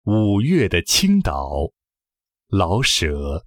5月的青岛，老舍。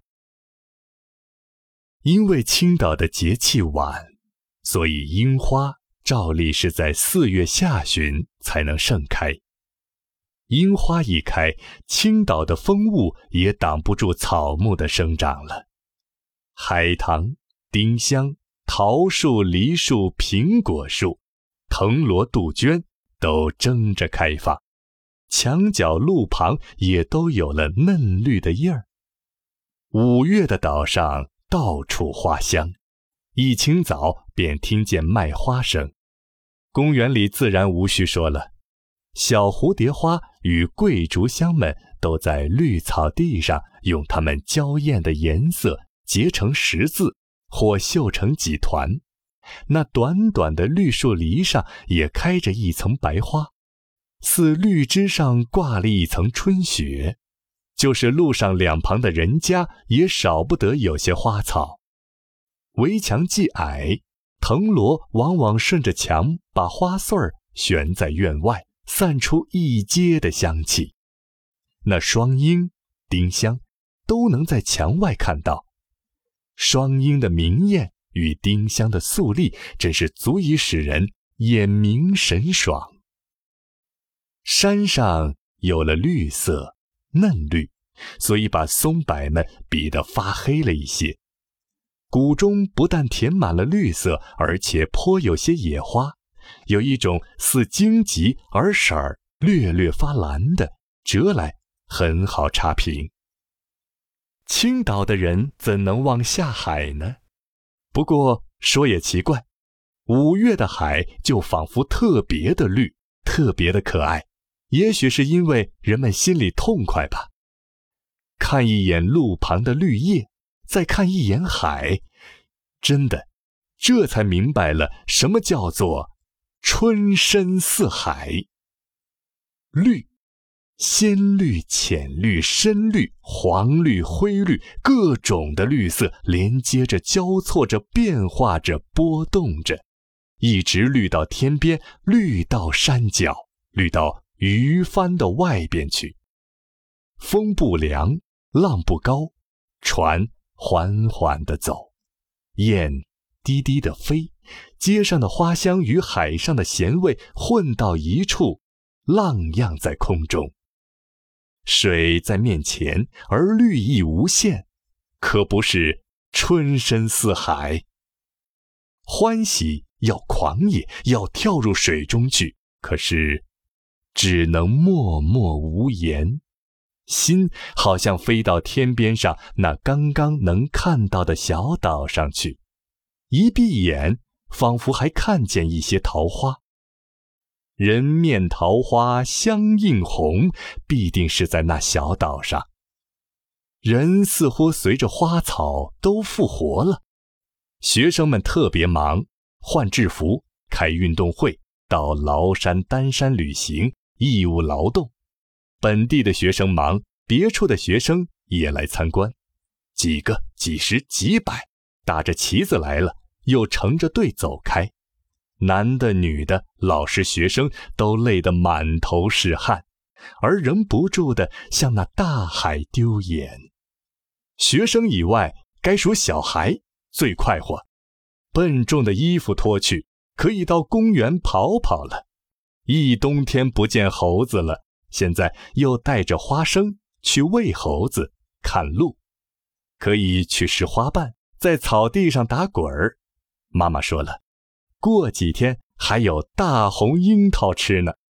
因为青岛的节气晚，所以樱花照例是在4月下旬才能盛开。樱花一开，青岛的风物也挡不住草木的生长了。海棠、丁香、桃树、梨树、苹果树、藤萝、杜鹃都争着开放，墙角路旁也都有了嫩绿的叶儿。5月的岛上到处花香，一清早便听见卖花声。公园里自然无需说了，小蝴蝶花与桂竹香们都在绿草地上用它们娇艳的颜色结成十字，或绣成几团。那短短的绿树篱上也开着一层白花，似绿枝上挂了一层春雪。就是路上两旁的人家也少不得有些花草。围墙既矮，藤萝往往顺着墙把花穗儿悬在院外，散出一街的香气。那双樱、丁香都能在墙外看到。双樱的明艳与丁香的素丽，真是足以使人眼明神爽。山上有了绿色，嫩绿，所以把松柏们比得发黑了一些。谷中不但填满了绿色，而且颇有些野花，有一种似荆棘而色儿略略发蓝的，折来很好插瓶。青岛的人怎能忘下海呢？不过说也奇怪，5月的海就仿佛特别的绿，特别的可爱，也许是因为人们心里痛快吧。看一眼路旁的绿叶，再看一眼海，真的，这才明白了什么叫做春深似海。绿，鲜绿、浅绿、深绿、黄绿、灰绿，各种的绿色连接着、交错着、变化着、波动着，一直绿到天边，绿到山脚，绿到鱼帆的外边去。风不凉，浪不高，船缓缓地走，雁低低地飞，街上的花香与海上的咸味混到一处，浪漾在空中。水在面前，而绿意无限，可不是春深似海。欢喜要狂野，要跳入水中去，可是只能默默无言。心好像飞到天边上那刚刚能看到的小岛上去，一闭眼，仿佛还看见一些桃花。人面桃花相映红，必定是在那小岛上。人似乎随着花草都复活了。学生们特别忙，换制服，开运动会，到崂山、丹山旅行，义务劳动。本地的学生忙，别处的学生也来参观，几个、几十、几百，打着旗子来了，又成着队走开。男的、女的、老师、学生都累得满头是汗，而仍不住地向那大海丢眼。学生以外，该属小孩最快活，笨重的衣服脱去，可以到公园跑跑了。一冬天不见猴子了，现在又带着花生去喂猴子、看路，可以去拾花瓣，在草地上打滚儿。妈妈说了，过几天还有大红樱桃吃呢。